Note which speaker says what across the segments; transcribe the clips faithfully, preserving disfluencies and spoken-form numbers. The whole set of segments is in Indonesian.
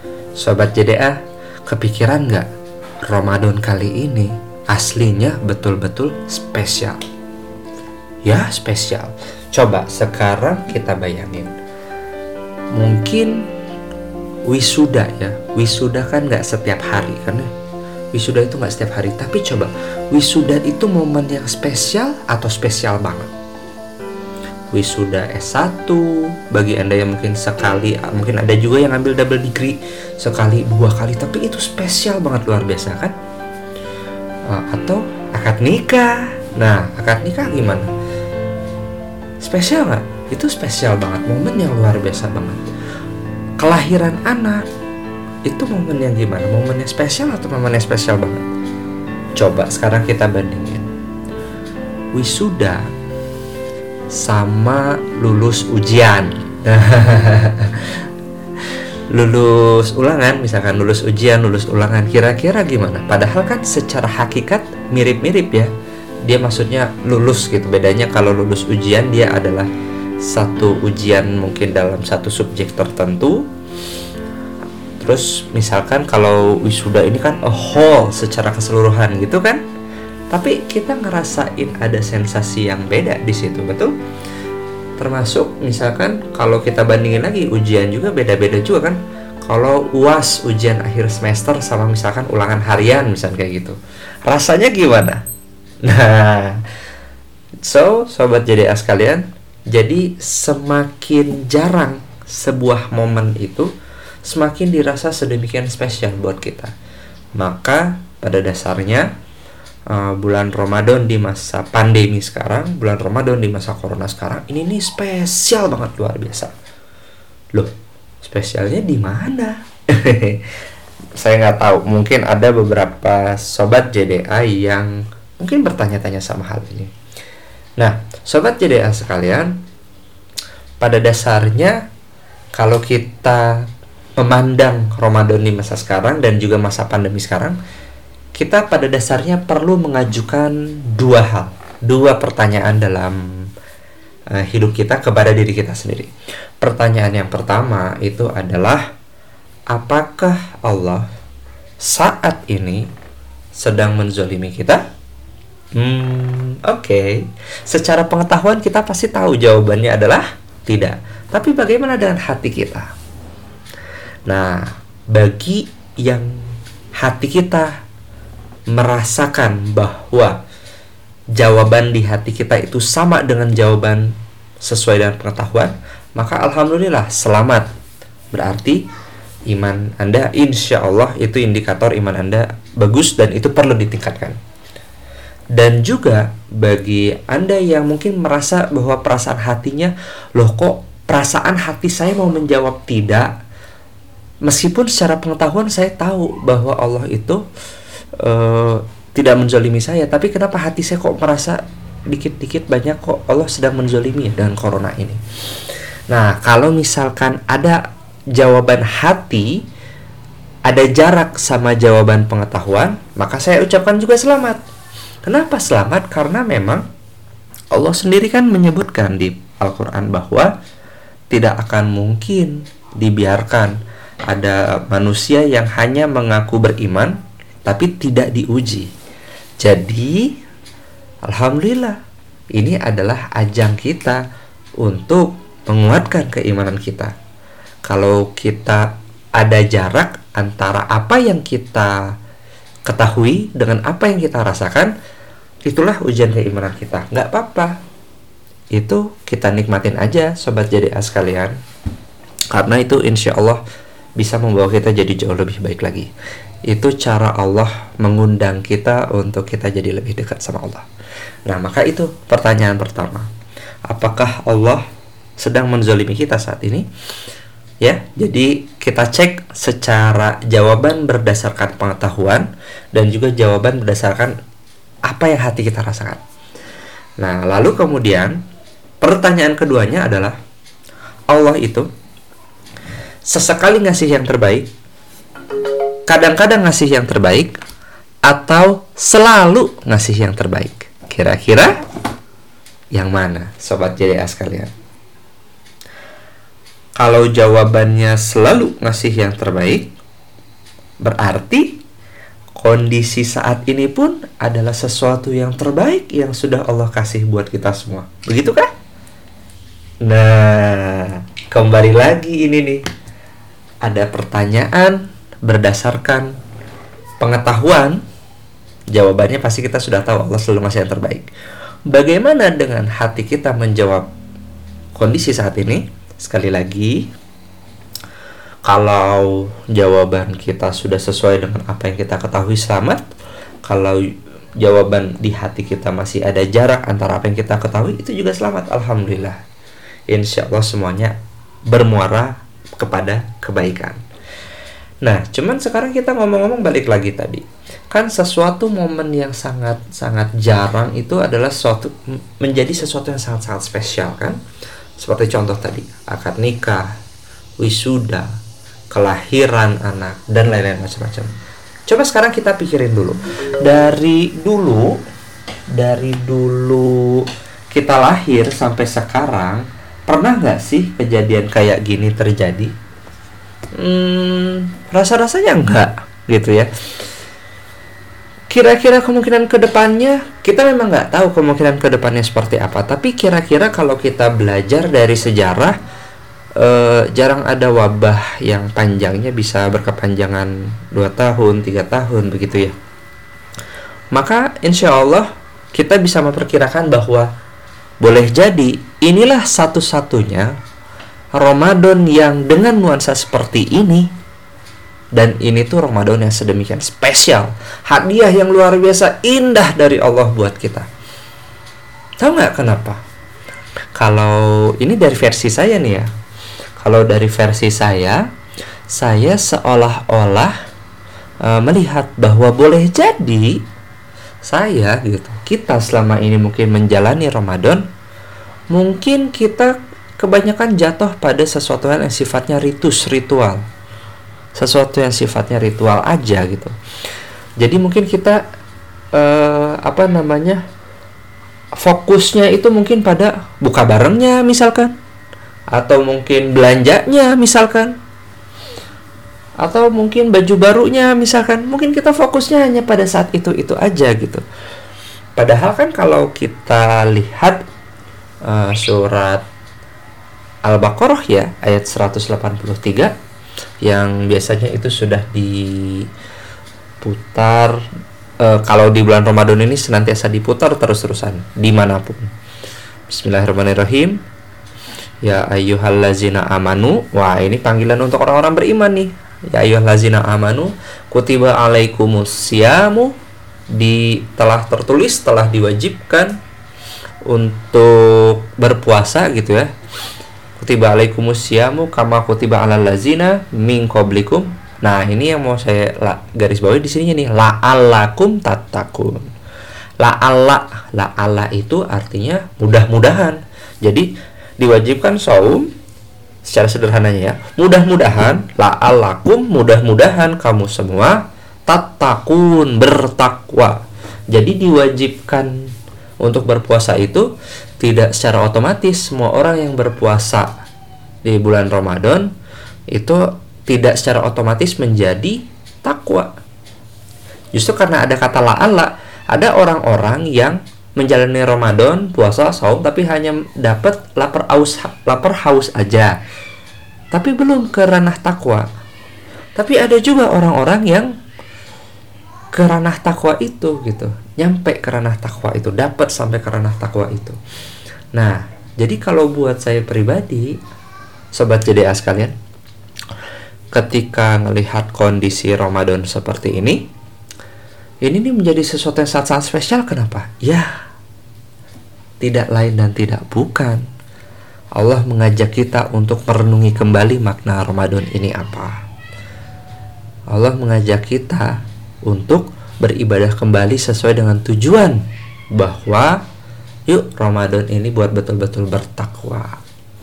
Speaker 1: Sobat J D A, kepikiran nggak Ramadan kali ini aslinya betul-betul spesial? Ya, spesial. Coba sekarang kita bayangin. Mungkin wisuda ya. Wisuda kan nggak setiap hari kan ya. Wisuda itu nggak setiap hari. Tapi coba, wisuda itu momen yang spesial atau spesial banget? Wisuda S satu, bagi Anda yang mungkin sekali, mungkin ada juga yang ambil double degree sekali, dua kali, tapi itu spesial banget, luar biasa kan? Atau akad nikah. Nah, akad nikah gimana? Spesial nggak? Itu spesial banget, momen yang luar biasa banget. Kelahiran anak, itu momen yang gimana? Momen yang spesial atau momen yang spesial banget? Coba sekarang kita bandingin. Wisuda sama lulus ujian. Lulus ulangan, misalkan lulus ujian, lulus ulangan, kira-kira gimana? Padahal kan secara hakikat mirip-mirip ya. Dia maksudnya lulus gitu. Bedanya kalau lulus ujian dia adalah satu ujian mungkin dalam satu subjek tertentu. Terus misalkan kalau wisuda ini kan a whole, secara keseluruhan gitu kan. Tapi kita ngerasain ada sensasi yang beda di situ, betul? Termasuk misalkan kalau kita bandingin lagi ujian juga beda-beda juga kan. Kalau U A S, ujian akhir semester, sama misalkan ulangan harian misalkan kayak gitu, rasanya gimana? Nah, so sobat J D A sekalian, jadi semakin jarang sebuah momen itu, semakin dirasa sedemikian spesial buat kita. Maka pada dasarnya Uh, bulan Ramadan di masa pandemi sekarang, bulan Ramadan di masa corona sekarang, ini nih spesial banget, luar biasa. Loh, spesialnya di mana? Saya nggak tahu. Mungkin ada beberapa sobat J D A yang mungkin bertanya-tanya sama hal ini. Nah, sobat J D A sekalian, pada dasarnya kalau kita memandang Ramadan di masa sekarang dan juga masa pandemi sekarang, kita pada dasarnya perlu mengajukan dua hal, dua pertanyaan dalam uh, hidup kita kepada diri kita sendiri. Pertanyaan yang pertama itu adalah, apakah Allah saat ini sedang menzolimi kita? Hmm, oke. Okay. Secara pengetahuan kita pasti tahu jawabannya adalah tidak. Tapi bagaimana dengan hati kita? Nah, bagi yang hati kita merasakan bahwa jawaban di hati kita itu sama dengan jawaban sesuai dengan pengetahuan, maka alhamdulillah, selamat. Berarti iman Anda, insya Allah itu indikator iman Anda bagus dan itu perlu ditingkatkan. Dan juga bagi Anda yang mungkin merasa bahwa perasaan hatinya, loh kok perasaan hati saya mau menjawab tidak, meskipun secara pengetahuan saya tahu bahwa Allah itu Uh, tidak menzalimi saya, tapi kenapa hati saya kok merasa dikit-dikit banyak kok Allah sedang menzalimi dengan corona ini. Nah, kalau misalkan ada jawaban hati, ada jarak sama jawaban pengetahuan, maka saya ucapkan juga selamat. Kenapa selamat? Karena memang Allah sendiri kan menyebutkan di Al-Quran bahwa tidak akan mungkin dibiarkan ada manusia yang hanya mengaku beriman tapi tidak diuji. Jadi alhamdulillah, ini adalah ajang kita untuk menguatkan keimanan kita. Kalau kita ada jarak antara apa yang kita ketahui dengan apa yang kita rasakan, itulah ujian keimanan kita. Nggak apa-apa, itu kita nikmatin aja sobat J D A sekalian, karena itu insya Allah bisa membawa kita jadi jauh lebih baik lagi. Itu cara Allah mengundang kita untuk kita jadi lebih dekat sama Allah. Nah, maka itu pertanyaan pertama. Apakah Allah sedang menzalimi kita saat ini? Ya, jadi kita cek secara jawaban berdasarkan pengetahuan dan juga jawaban berdasarkan apa yang hati kita rasakan. Nah, lalu kemudian pertanyaan keduanya adalah, Allah itu sesekali ngasih yang terbaik, kadang-kadang ngasih yang terbaik, atau selalu ngasih yang terbaik? Kira-kira yang mana, sobat J D A sekalian? Kalau jawabannya selalu ngasih yang terbaik, Berarti kondisi saat ini pun adalah sesuatu yang terbaik yang sudah Allah kasih buat kita semua. Begitu kah? Nah, kembali lagi ini nih. Ada pertanyaan berdasarkan pengetahuan. Jawabannya pasti kita sudah tahu, Allah selalu masih yang terbaik. Bagaimana dengan hati kita menjawab kondisi saat ini? Sekali lagi, kalau jawaban kita sudah sesuai dengan apa yang kita ketahui, selamat. Kalau jawaban di hati kita masih ada jarak antara apa yang kita ketahui, itu juga selamat, alhamdulillah. Insya Allah semuanya bermuara kepada kebaikan. Nah, cuman sekarang kita ngomong-ngomong balik lagi tadi. Kan sesuatu momen yang sangat-sangat jarang itu adalah sesuatu, menjadi sesuatu yang sangat-sangat spesial kan? Seperti contoh tadi, akad nikah, wisuda, kelahiran anak, dan lain-lain macam-macam. Coba sekarang kita pikirin dulu. Dari dulu, dari dulu kita lahir sampai sekarang, pernah nggak sih kejadian kayak gini terjadi? Hmm, rasa-rasanya enggak, gitu ya. Kira-kira kemungkinan kedepannya, kita memang nggak tahu kemungkinan kedepannya seperti apa. Tapi kira-kira kalau kita belajar dari sejarah, eh, jarang ada wabah yang panjangnya bisa berkepanjangan dua tahun, tiga tahun, begitu ya. Maka insya Allah kita bisa memperkirakan bahwa boleh jadi inilah satu-satunya Ramadan yang dengan nuansa seperti ini. Dan ini tuh Ramadan yang sedemikian spesial, hadiah yang luar biasa indah dari Allah buat kita. Tahu nggak kenapa? Kalau ini dari versi saya nih ya. Kalau dari versi saya, saya seolah-olah e, melihat bahwa boleh jadi saya gitu, kita selama ini mungkin menjalani Ramadan, mungkin kita kebanyakan jatuh pada sesuatu yang sifatnya ritus, ritual. Sesuatu yang sifatnya ritual aja gitu. Jadi mungkin kita eh, apa namanya fokusnya itu mungkin pada buka barengnya misalkan, atau mungkin belanjanya misalkan, atau mungkin baju barunya misalkan. Mungkin kita fokusnya hanya pada saat itu itu aja gitu. Padahal kan kalau kita lihat uh, surat Al-Baqarah ya, ayat seratus delapan puluh tiga, yang biasanya itu sudah diputar uh, kalau di bulan Ramadan ini senantiasa diputar terus-terusan dimanapun. Bismillahirrahmanirrahim. Ya ayyuhallazina amanu. Wah, ini panggilan untuk orang-orang beriman nih. Ya ayyuhallazina amanu kutiba alaikumus syamu, di telah tertulis, telah diwajibkan untuk berpuasa gitu ya. Kutiba alaikumus syamu kama kutiba alal ladzina min qablikum. Nah, ini yang mau saya la, garis bawahi di sini nih, la'allakum tattaqun. La'alla, la'alla itu artinya mudah-mudahan. Jadi diwajibkan saum secara sederhananya ya. Mudah-mudahan, la'allakum, mudah-mudahan kamu semua tattaqun, bertakwa. Jadi diwajibkan untuk berpuasa itu tidak secara otomatis. Semua orang yang berpuasa di bulan Ramadan itu tidak secara otomatis menjadi takwa. Justru karena ada kata la'alla, ada orang-orang yang menjalani Ramadan, puasa, saum, tapi hanya dapat lapar haus, lapar haus aja, tapi belum ke ranah takwa. Tapi ada juga orang-orang yang ke ranah takwa itu gitu, nyampe ke ranah takwa itu, dapat sampai ke ranah takwa itu. Nah, jadi kalau buat saya pribadi, sobat J D A sekalian, ketika melihat kondisi Ramadan seperti ini, ini nih menjadi sesuatu yang sangat-sangat spesial. Kenapa? Ya, tidak lain dan tidak bukan, Allah mengajak kita untuk merenungi kembali makna Ramadan ini apa. Allah mengajak kita untuk beribadah kembali sesuai dengan tujuan, bahwa yuk Ramadan ini buat betul-betul bertakwa.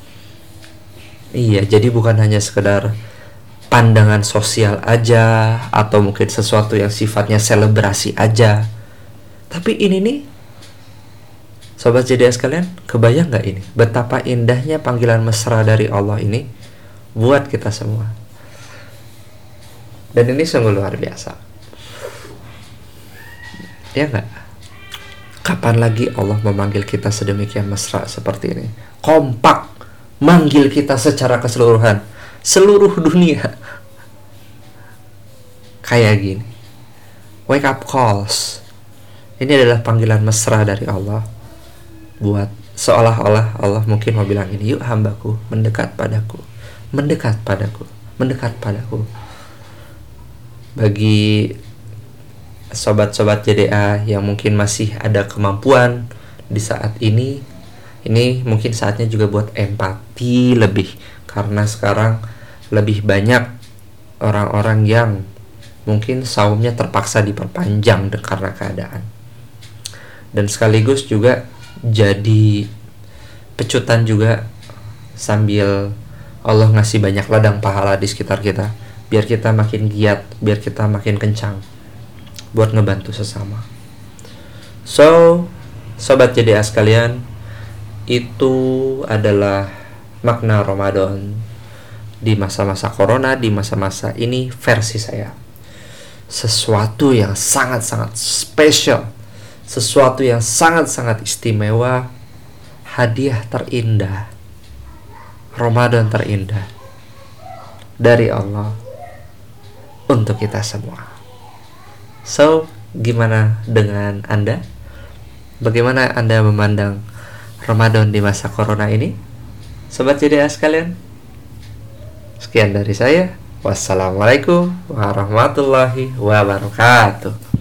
Speaker 1: Iya, jadi bukan hanya sekedar pandangan sosial aja, atau mungkin sesuatu yang sifatnya selebrasi aja. Tapi ini nih, sobat J D A sekalian, kebayang gak ini betapa indahnya panggilan mesra dari Allah ini buat kita semua. Dan ini sungguh luar biasa. Ya enggak? Kapan lagi Allah memanggil kita sedemikian mesra seperti ini? Kompak, manggil kita secara keseluruhan, seluruh dunia. Kayak gini. Wake up calls. Ini adalah panggilan mesra dari Allah. Buat seolah-olah Allah mungkin mau bilang ini, yuk hambaku, mendekat padaku, mendekat padaku, mendekat padaku. Bagi sobat-sobat J D A yang mungkin masih ada kemampuan di saat ini, ini mungkin saatnya juga buat empati lebih, karena sekarang lebih banyak orang-orang yang mungkin saumnya terpaksa diperpanjang karena keadaan, dan sekaligus juga jadi pecutan juga sambil Allah ngasih banyak ladang pahala di sekitar kita, biar kita makin giat, biar kita makin kencang buat ngebantu sesama. So, sobat J D A sekalian, itu adalah makna Ramadan di masa-masa corona, di masa-masa ini versi saya. Sesuatu yang sangat-sangat spesial, sesuatu yang sangat-sangat istimewa, hadiah terindah, Ramadan terindah dari Allah untuk kita semua. So, gimana dengan Anda? Bagaimana Anda memandang Ramadan di masa corona ini? Sobat J D A sekalian, sekian dari saya. Wassalamualaikum warahmatullahi wabarakatuh.